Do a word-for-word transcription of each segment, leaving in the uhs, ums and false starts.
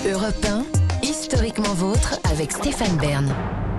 Europe un, historiquement vôtre avec Stéphane Bern.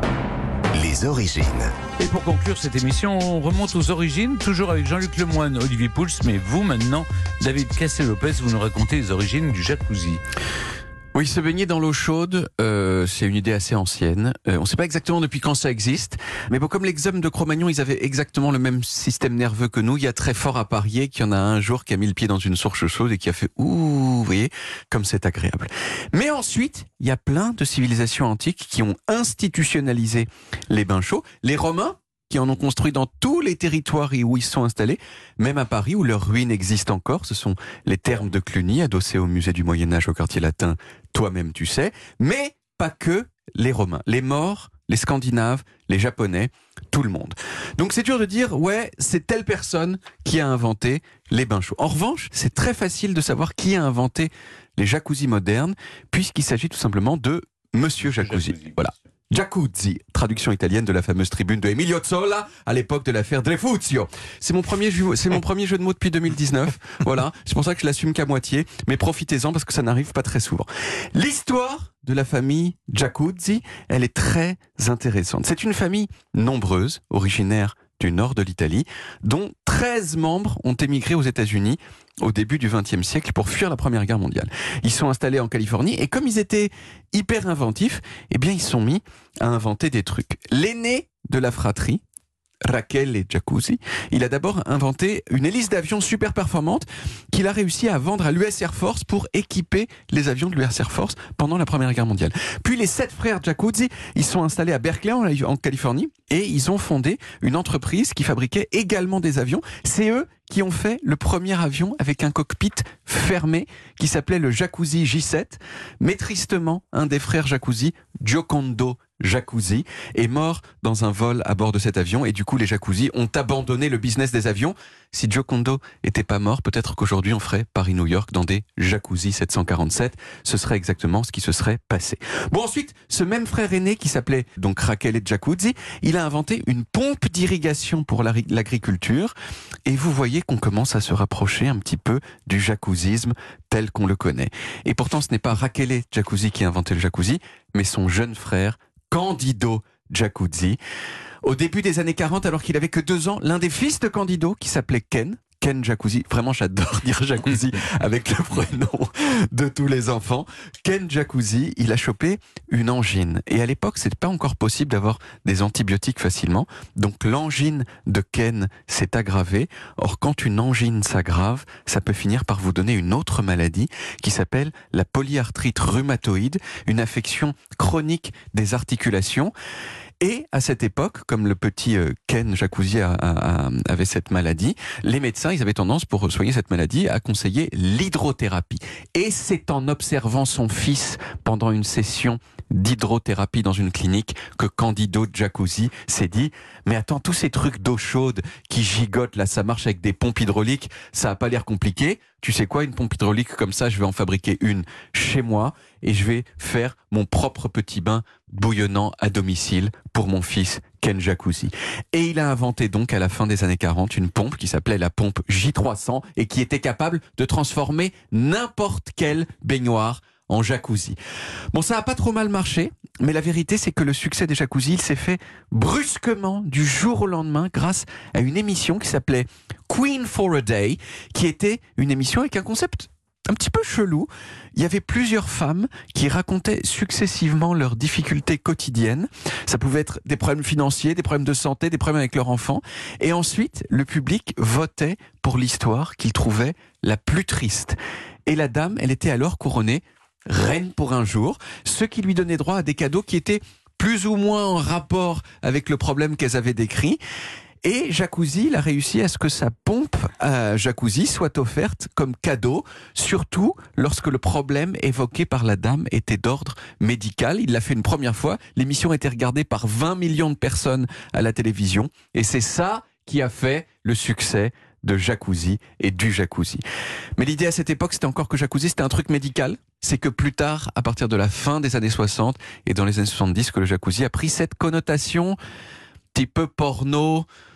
Les origines. Et pour conclure cette émission, on remonte aux origines, toujours avec Jean-Luc Lemoyne, Olivier Pouls, mais vous maintenant, David Cassel-Lopez, vous nous racontez les origines du jacuzzi. Oui, se baigner dans l'eau chaude, euh, c'est une idée assez ancienne. Euh, on ne sait pas exactement depuis quand ça existe, mais bon, comme les hommes de Cro-Magnon, ils avaient exactement le même système nerveux que nous, il y a très fort à parier qu'il y en a un jour qui a mis le pied dans une source chaude et qui a fait « ouh », vous voyez, comme c'est agréable. Mais ensuite, il y a plein de civilisations antiques qui ont institutionnalisé les bains chauds. Les Romains, qui en ont construit dans tous les territoires où ils sont installés, même à Paris où leurs ruines existent encore. Ce sont les thermes de Cluny, adossés au musée du Moyen-Âge au quartier latin, toi-même tu sais, mais pas que les Romains. Les Maures, les Scandinaves, les Japonais, tout le monde. Donc c'est dur de dire, ouais, c'est telle personne qui a inventé les bains chauds. En revanche, c'est très facile de savoir qui a inventé les jacuzzis modernes, puisqu'il s'agit tout simplement de Monsieur Jacuzzi. Jacuzzi. Voilà. Jacuzzi, traduction italienne de la fameuse tribune de Emilio Zola à l'époque de l'affaire Dreyfusio. C'est mon premier jeu, c'est mon premier jeu de mots depuis deux mille dix-neuf. Voilà, c'est pour ça que je l'assume qu'à moitié, mais profitez-en parce que ça n'arrive pas très souvent. L'histoire de la famille Jacuzzi, elle est très intéressante. C'est une famille nombreuse, originaire du nord de l'Italie, dont treize membres ont émigré aux États-Unis au début du vingtième siècle pour fuir la Première Guerre mondiale. Ils sont installés en Californie et comme ils étaient hyper inventifs, eh bien ils sont mis à inventer des trucs. L'aîné de la fratrie, Rachele Jacuzzi, il a d'abord inventé une hélice d'avion super performante qu'il a réussi à vendre à l'U S Air Force pour équiper les avions de l'U S Air Force pendant la Première Guerre mondiale. Puis les sept frères Jacuzzi, ils sont installés à Berkeley en, en Californie et ils ont fondé une entreprise qui fabriquait également des avions. C'est eux qui ont fait le premier avion avec un cockpit fermé qui s'appelait le Jacuzzi J sept. Mais tristement, un des frères Jacuzzi, Giocondo Jacuzzi, est mort dans un vol à bord de cet avion et du coup les Jacuzzi ont abandonné le business des avions. Si Giocondo était pas mort, peut-être qu'aujourd'hui on ferait Paris-New York dans des Jacuzzi sept cent quarante-sept. Ce serait exactement ce qui se serait passé. Bon, ensuite, ce même frère aîné qui s'appelait donc Rachele Jacuzzi, il a inventé une pompe d'irrigation pour l'agriculture et vous voyez qu'on commence à se rapprocher un petit peu du jacuzzisme tel qu'on le connaît. Et pourtant ce n'est pas Rachele Jacuzzi qui a inventé le jacuzzi, mais son jeune frère Candido Jacuzzi. Au début des années quarante, alors qu'il avait que deux ans, l'un des fils de Candido, qui s'appelait Ken, Ken Jacuzzi, vraiment j'adore dire Jacuzzi avec le prénom de tous les enfants, Ken Jacuzzi, il a chopé une angine. Et à l'époque, c'était pas encore possible d'avoir des antibiotiques facilement. Donc l'angine de Ken s'est aggravée. Or, quand une angine s'aggrave, ça peut finir par vous donner une autre maladie qui s'appelle la polyarthrite rhumatoïde, une affection chronique des articulations. Et à cette époque, comme le petit Ken Jacuzzi a, a, a, avait cette maladie, les médecins, ils avaient tendance, pour soigner cette maladie, à conseiller l'hydrothérapie. Et c'est en observant son fils pendant une session d'hydrothérapie dans une clinique que Candido Jacuzzi s'est dit « Mais attends, tous ces trucs d'eau chaude qui gigotent, là, ça marche avec des pompes hydrauliques, ça a pas l'air compliqué. Tu sais quoi, une pompe hydraulique comme ça, je vais en fabriquer une chez moi et je vais faire mon propre petit bain bouillonnant à domicile pour mon fils Ken Jacuzzi. » Et il a inventé donc à la fin des années quarante une pompe qui s'appelait la pompe J trois cents et qui était capable de transformer n'importe quelle baignoire en jacuzzi. Bon, ça a pas trop mal marché, mais la vérité c'est que le succès des jacuzzis, il s'est fait brusquement du jour au lendemain grâce à une émission qui s'appelait Queen for a Day, qui était une émission avec un concept un petit peu chelou. Il y avait plusieurs femmes qui racontaient successivement leurs difficultés quotidiennes. Ça pouvait être des problèmes financiers, des problèmes de santé, des problèmes avec leurs enfants. Et ensuite, le public votait pour l'histoire qu'il trouvait la plus triste. Et la dame, elle était alors couronnée reine pour un jour, ce qui lui donnait droit à des cadeaux qui étaient plus ou moins en rapport avec le problème qu'elles avaient décrit. Et Jacuzzi, il a réussi à ce que sa pompe à jacuzzi soit offerte comme cadeau, surtout lorsque le problème évoqué par la dame était d'ordre médical. Il l'a fait une première fois. L'émission a été regardée par vingt millions de personnes à la télévision. Et c'est ça qui a fait le succès de Jacuzzi et du jacuzzi. Mais l'idée à cette époque, c'était encore que jacuzzi, c'était un truc médical. C'est que plus tard, à partir de la fin des années soixante et dans les années soixante-dix, que le jacuzzi a pris cette connotation petit peu porno,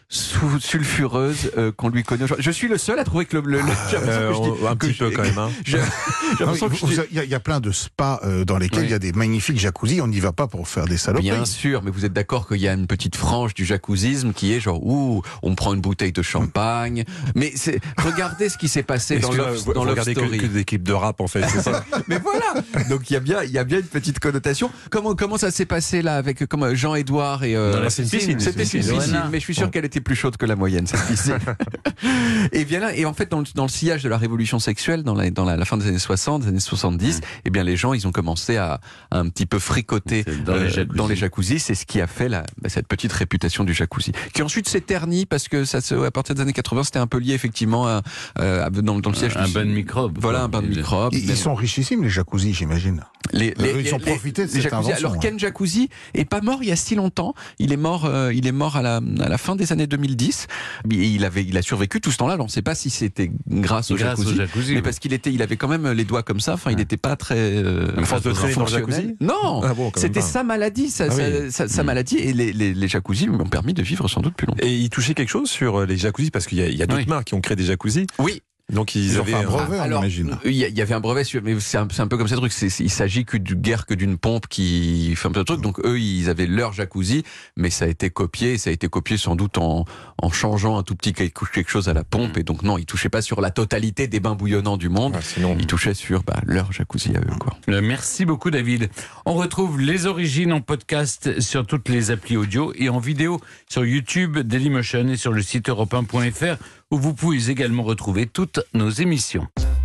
sous- sulfureuse euh, qu'on lui connaît aujourd'hui. Je suis le seul à trouver que le... le, le j'ai l'impression Euh, que je dis- on- un que petit je- peu quand même. Hein. j'ai- j'ai Non, l'impression mais que je vous- dis- vous- Il y, a- il y a plein de spas euh, dans lesquels il Oui. y a des magnifiques jacuzzis. On n'y va pas pour faire des saloperies. Bien sûr, mais vous êtes d'accord qu'il y a une petite frange du jacuzzisme qui est genre, ouh, on prend une bouteille de champagne. Mais c'est, regardez ce qui s'est passé dans Excusez-moi, Love, vous- dans vous Love regardez que, Story. que des clips de rap en fait, c'est ça. Mais voilà. Donc il y a bien, il y a bien une petite connotation. Comment, comment ça s'est passé là avec comme Jean-Édouard et euh, Dans la c'est une piscine, C'était c'est une une piscine, piscine. mais je suis sûr qu'elle était plus chaude que la moyenne cette piscine. Et bien là, et en fait dans le, dans le sillage de la révolution sexuelle, dans la, dans la, la fin des années soixante, des années soixante-dix, et bien les gens ils ont commencé à, à un petit peu fricoter C'est dans les jacuzzis. dans les jacuzzis. C'est ce qui a fait la, bah, cette petite réputation du jacuzzi, qui ensuite s'est ternie parce que ça se, à partir des années quatre-vingts, c'était un peu lié effectivement à, à- dans, dans le siège Un du- bain de microbes. Voilà, quoi. un bain de Et- microbes. Ils, Mais- ils sont richissimes, les jacuzzis, j'imagine. les, Eux, ils ont profité de cette jacuzzis. invention, Alors hein. Ken Jacuzzi est pas mort il y a si longtemps. Il est mort, euh, il est mort à la, à la fin des années deux mille dix. Et il avait, il a survécu tout ce temps-là. Alors, on ne sait pas si c'était grâce au Grâce au jacuzzi, jacuzzi, mais oui. parce qu'il était, il avait quand même les doigts comme ça. Enfin, il n'était pas très. Euh, À force de traîner dans le fonctionnel. jacuzzi Non, Ah bon, quand même c'était pas. sa maladie, sa, Ah sa- oui. sa- sa Mm. maladie, et les, les, les jacuzzis lui ont permis de vivre sans doute plus longtemps. Et il touchait quelque chose sur les jacuzzis parce qu'il y a, il y a d'autres Oui. marques qui ont créé des jacuzzis. Oui. Donc ils, Ils ont avaient fait un un- brevet, on Alors, imagine. il y, a- il y avait un brevet, sur- mais c'est un, c'est un peu comme ces trucs. C'est, c'est- il s'agit que du guère que d'une pompe qui fait un peu de trucs. Donc eux, ils avaient leur jacuzzi, mais ça a été copié. Et ça a été copié sans doute en, en changeant un tout petit quelque quelque chose à la pompe. Et donc non, ils touchaient pas sur la totalité des bains bouillonnants du monde. Ouais, sinon, Ils touchaient sur bah, leur jacuzzi à eux, quoi. Euh, Merci beaucoup David. On retrouve les origines en podcast sur toutes les applis audio et en vidéo sur YouTube, Dailymotion et sur le site europe un point f r où vous pouvez également retrouver toutes nos émissions.